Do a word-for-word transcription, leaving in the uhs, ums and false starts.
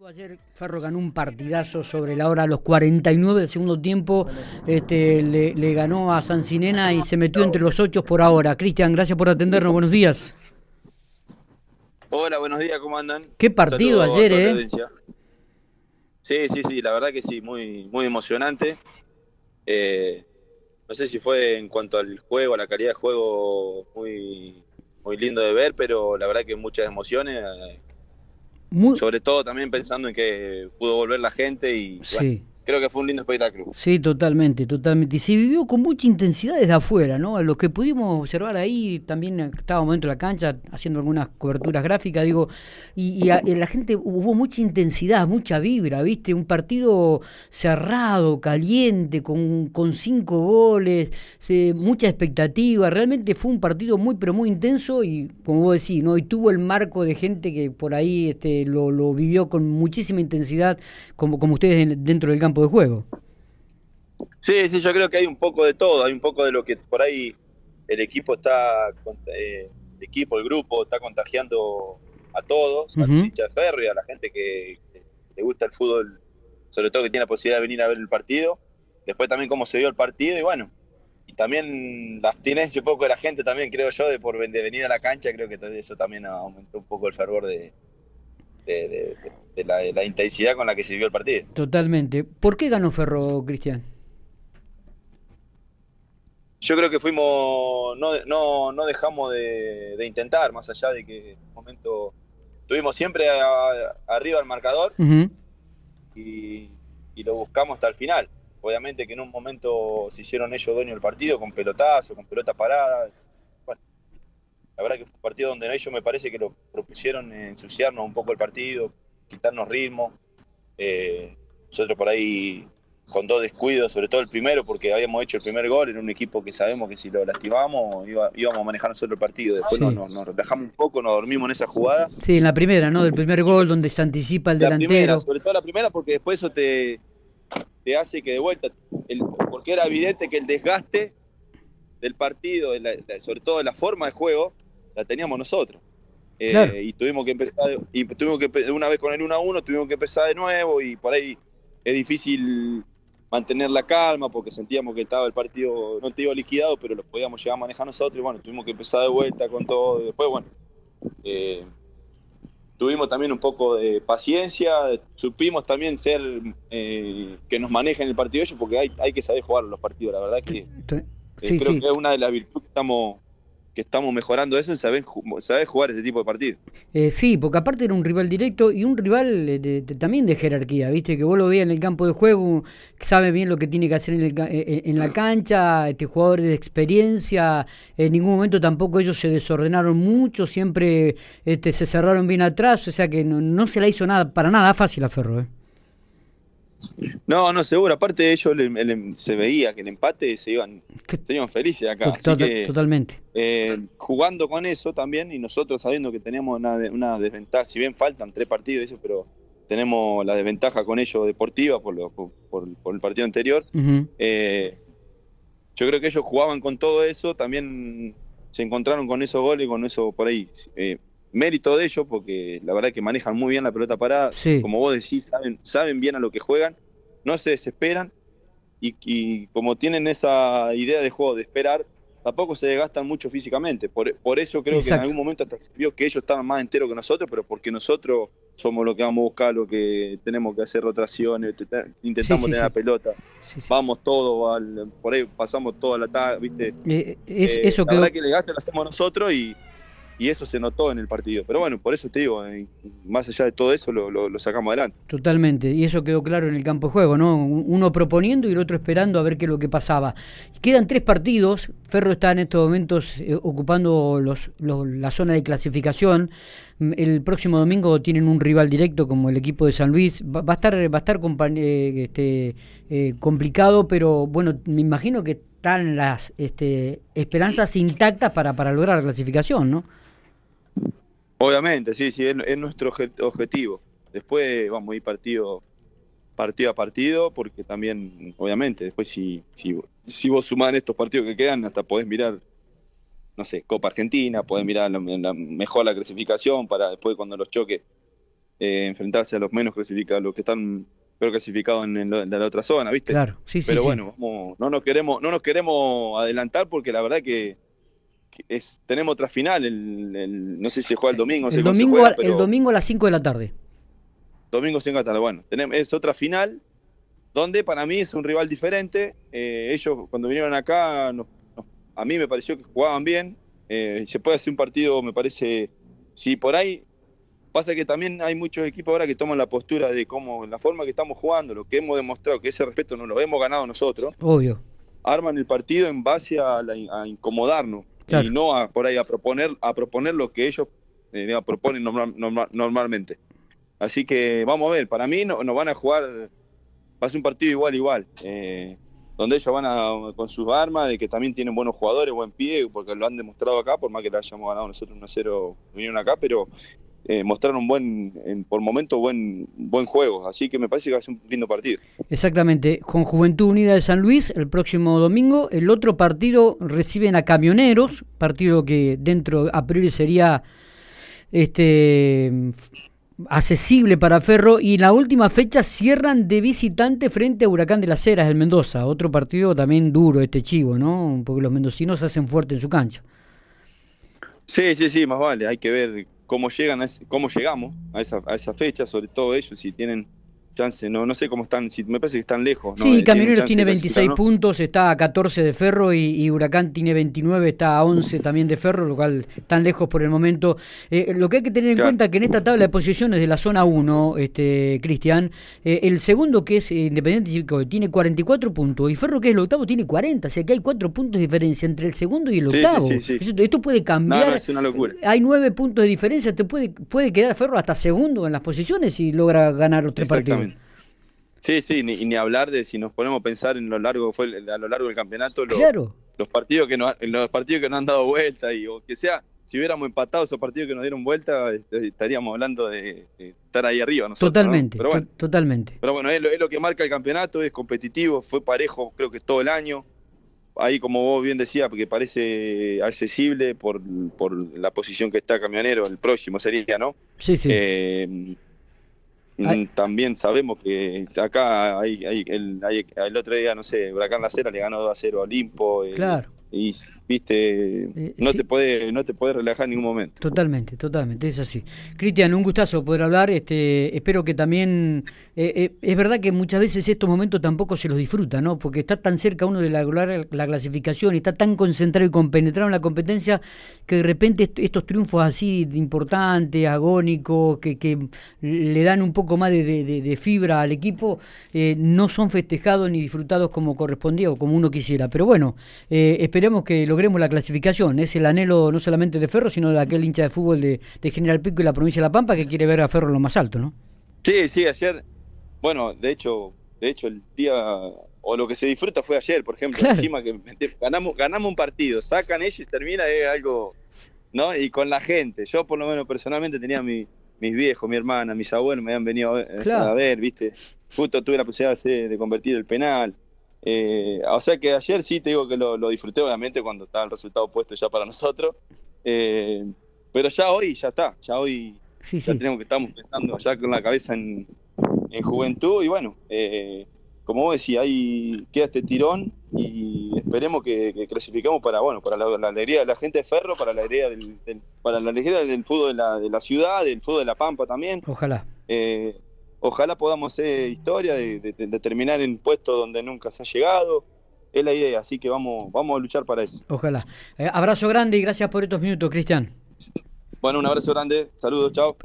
Ayer Ferro ganó un partidazo sobre la hora, a los cuarenta y nueve del segundo tiempo, este, le, le ganó a Sancinena y se metió entre los ocho por ahora. Cristian, gracias por atendernos, buenos días. Hola, buenos días, ¿cómo andan? Qué partido ayer, ¿eh? Sí, sí, sí, la verdad que sí, muy, muy emocionante. Eh, no sé si fue en cuanto al juego, a la calidad de juego, muy, muy lindo de ver, pero la verdad que muchas emociones. Eh, Muy... Sobre todo también pensando en que pudo volver la gente y sí. Bueno, creo que fue un lindo espectáculo. Sí, totalmente, totalmente. Y se vivió con mucha intensidad desde afuera, ¿no? Lo que pudimos observar ahí, también estábamos dentro de la cancha haciendo algunas coberturas gráficas, digo, y, y, a, y la gente hubo mucha intensidad, mucha vibra, ¿viste? Un partido cerrado, caliente, con, con cinco goles, eh, mucha expectativa. Realmente fue un partido muy, pero muy intenso y, como vos decís, ¿no? Y tuvo el marco de gente que por ahí este, lo, lo vivió con muchísima intensidad, como, como ustedes dentro del campo de juego. Sí, sí, yo creo que hay un poco de todo, hay un poco de lo que por ahí el equipo está, eh, el equipo, el grupo está contagiando a todos, uh-huh. a los hinchas de Ferro y a la gente que, que le gusta el fútbol, sobre todo que tiene la posibilidad de venir a ver el partido. Después también cómo se vio el partido y bueno, y también la abstinencia un poco de la gente también, creo yo, de por de venir a la cancha, creo que eso también aumentó un poco el fervor de, de, de, de, la, de la intensidad con la que se vivió el partido. Totalmente. ¿Por qué ganó Ferro, Cristian? Yo creo que fuimos, no, no, no dejamos de, de intentar, más allá de que en un momento estuvimos siempre a, a, arriba del marcador uh-huh. y, y lo buscamos hasta el final. Obviamente que en un momento se hicieron ellos dueños del partido con pelotazo, con pelota parada. Bueno, la verdad que fue un partido donde ellos me parece que lo propusieron ensuciarnos un poco el partido, quitarnos ritmo. Eh, nosotros por ahí con dos descuidos, sobre todo el primero, porque habíamos hecho el primer gol en un equipo que sabemos que si lo lastimamos iba, íbamos a manejar nosotros el partido. Después sí. nos, nos, nos relajamos un poco, nos dormimos en esa jugada. Sí, en la primera, ¿no? Del primer gol donde se anticipa el la delantero. Primera, sobre todo la primera, porque después eso te, te hace que de vuelta, el, porque era evidente que el desgaste del partido, de la, de, sobre todo de la forma de juego, la teníamos nosotros. Eh, claro. Y tuvimos que empezar, y tuvimos que una vez con el uno a uno, tuvimos que empezar de nuevo y por ahí es difícil mantener la calma porque sentíamos que estaba el partido, no te digo liquidado, pero lo podíamos llegar a manejar nosotros y bueno, tuvimos que empezar de vuelta con todo. Después, bueno, eh, tuvimos también un poco de paciencia, supimos también ser, eh, que nos manejen el partido ellos porque hay, hay que saber jugar los partidos, la verdad que eh, sí, creo sí. que es una de las virtudes que estamos... que estamos mejorando eso en saber, saber jugar ese tipo de partidos. Eh, sí, porque aparte era un rival directo y un rival de, de, de, también de jerarquía, ¿viste? Que vos lo veas en el campo de juego, sabe bien lo que tiene que hacer en, el, en la cancha, este, jugadores de experiencia, en ningún momento tampoco ellos se desordenaron mucho, siempre este, se cerraron bien atrás, o sea que no, no se la hizo nada, para nada fácil a Ferro, ¿eh? No, no, seguro. Aparte de ellos el, el, se veía que el empate se iban, se iban felices acá. Total, Así que, totalmente. Eh, jugando con eso también y nosotros sabiendo que teníamos una, una desventaja, si bien faltan tres partidos eso, pero tenemos la desventaja con ellos deportiva por, lo, por, por, por el partido anterior. Uh-huh. Eh, yo creo que ellos jugaban con todo eso, también se encontraron con esos goles, con eso por ahí. Eh, mérito de ellos, porque la verdad es que manejan muy bien la pelota parada, sí. Como vos decís, saben, saben bien a lo que juegan, no se desesperan y, y como tienen esa idea de juego de esperar, tampoco se desgastan mucho físicamente. Por, por eso creo Exacto. que en algún momento hasta se vio que ellos estaban más enteros que nosotros, pero porque nosotros somos los que vamos a buscar, lo que tenemos que hacer rotaciones, intentamos sí, sí, tener sí. la pelota, sí, sí. vamos todo, al, por ahí pasamos toda la tarde, ¿viste? Eh, es, eh, eso la que... verdad que el desgaste lo hacemos nosotros y Y eso se notó en el partido. Pero bueno, por eso te digo, más allá de todo eso, lo, lo, lo sacamos adelante. Totalmente, y eso quedó claro en el campo de juego, ¿no? Uno proponiendo y el otro esperando a ver qué es lo que pasaba. Quedan tres partidos, Ferro está en estos momentos eh, ocupando los, los, la zona de clasificación. El próximo domingo tienen un rival directo como el equipo de San Luis. Va, va a estar, va a estar eh, este, eh, complicado, pero bueno, me imagino que están las este, esperanzas intactas para, para lograr la clasificación, ¿no? Obviamente, sí, sí, es, es nuestro objetivo. Después vamos a ir partido, partido a partido, porque también, obviamente, después si, si, si vos sumás estos partidos que quedan, hasta podés mirar, no sé, Copa Argentina, podés mirar la, la, mejor la clasificación para después cuando los choques eh, enfrentarse a los menos clasificados, los que están peor clasificados en, en, lo, en la otra zona, ¿viste? Claro, sí, sí. Pero sí. bueno, vamos, no nos queremos, no nos queremos adelantar porque la verdad que, que es, tenemos otra final, el, el, no sé si se juega el domingo, El, sé domingo, se juega, el domingo a las cinco de la tarde. Domingo cinco de la tarde, bueno, tenemos, es otra final donde para mí es un rival diferente. Eh, ellos cuando vinieron acá, nos, nos, a mí me pareció que jugaban bien. Eh, se puede hacer un partido, me parece, si por ahí pasa que también hay muchos equipos ahora que toman la postura de cómo, la forma que estamos jugando, lo que hemos demostrado, que ese respeto nos lo hemos ganado nosotros. Obvio. Arman el partido en base a, la, a incomodarnos, claro, y no a por ahí a proponer, a proponer lo que ellos eh, digamos, proponen normal, normal, normalmente. Así que vamos a ver, para mí no, nos van a jugar, va a ser un partido igual igual, eh, donde ellos van a, con sus armas, de que también tienen buenos jugadores, buen pie, porque lo han demostrado acá, por más que lo hayamos ganado nosotros uno a cero, vinieron acá, pero eh, mostraron un buen, en, por momentos, buen, buen juego, así que me parece que va a ser un lindo partido. Exactamente, con Juventud Unida de San Luis el próximo domingo. El otro partido reciben a Camioneros, partido que dentro a priori sería este accesible para Ferro, y en la última fecha cierran de visitante frente a Huracán de las Heras, el Mendoza, otro partido también duro, este chivo, ¿no? Porque los mendocinos se hacen fuerte en su cancha. Sí, sí, sí, más vale, hay que ver cómo llegan, a ese, cómo llegamos a esa, a esa fecha, sobre todo ellos, si tienen chance, no no sé cómo están, si me parece que están lejos. ¿no? Sí, Camioneros tiene de veintiséis puntos, está a catorce de Ferro, y, y Huracán tiene veintinueve, está a once también de Ferro, lo cual están lejos por el momento. Eh, lo que hay que tener en claro. cuenta que en esta tabla de posiciones de la zona uno, este, Cristian, eh, el segundo, que es Independiente Chico, tiene cuarenta y cuatro puntos, y Ferro, que es el octavo, tiene cuarenta, o sea que hay cuatro puntos de diferencia entre el segundo y el octavo. Sí, sí, sí, sí. Esto puede cambiar. No, no, es una locura. Hay nueve puntos de diferencia, te puede, puede quedar Ferro hasta segundo en las posiciones y logra ganar los tres partidos. Sí, sí, ni, ni hablar de si nos ponemos a pensar en lo largo fue a lo largo del campeonato, lo, claro. los partidos que no los partidos que no han dado vuelta, y o que sea, si hubiéramos empatado esos partidos que nos dieron vuelta, estaríamos hablando de, de estar ahí arriba nosotros. Totalmente, ¿no? Pero bueno, to- totalmente. Pero bueno, es lo, es lo que marca el campeonato, es competitivo, fue parejo creo que todo el año. Ahí, como vos bien decías, porque parece accesible por, por la posición que está Camionero, el próximo sería, ¿no? Sí, sí. Eh, También sabemos que acá hay, hay, el, hay el otro día, no sé, Huracán La Cera le ganó dos a cero a Olimpo. Claro. Y, viste, eh, no, sí. te puede, no te puede relajar en ningún momento. Totalmente, totalmente, es así. Cristian, un gustazo poder hablar. Este, espero que también. Eh, eh, es verdad que muchas veces estos momentos tampoco se los disfruta, ¿no? Porque está tan cerca uno de la, la clasificación y está tan concentrado y compenetrado en la competencia que de repente est- estos triunfos así importantes, agónicos, que, que le dan un poco más de, de, de fibra al equipo, eh, no son festejados ni disfrutados como correspondía o como uno quisiera. Pero bueno, eh, esperemos que logremos la clasificación. Es el anhelo no solamente de Ferro, sino de aquel hincha de fútbol de, de General Pico y la provincia de La Pampa que quiere ver a Ferro en lo más alto, ¿no? Sí, sí, ayer, bueno, de hecho, de hecho el día, o lo que se disfruta fue ayer, por ejemplo, claro. Encima que ganamos, ganamos un partido, sacan ellos y termina es algo, ¿no? Y con la gente, yo por lo menos personalmente tenía mi, mis viejos, mi hermana, mis abuelos me habían venido a ver, claro. a ver, ¿viste? Justo tuve la posibilidad de, de convertir el penal. Eh, o sea que ayer sí te digo que lo, lo disfruté, obviamente, cuando estaba el resultado puesto ya para nosotros. Eh, pero ya hoy, ya está, ya hoy sí, ya sí. tenemos que estamos pensando ya con la cabeza en, en Juventud. Y bueno, eh, como vos decís, ahí queda este tirón y esperemos que, que clasifiquemos para bueno para la, la alegría de la gente de Ferro, para la alegría del, del, para la alegría del fútbol de la, de la ciudad, del fútbol de La Pampa también. Ojalá. Eh, Ojalá podamos hacer historia de, de, de terminar en puestos donde nunca se ha llegado. Es la idea, así que vamos, vamos a luchar para eso. Ojalá. Eh, abrazo grande y gracias por estos minutos, Cristian. Bueno, un abrazo grande. Saludos, chao.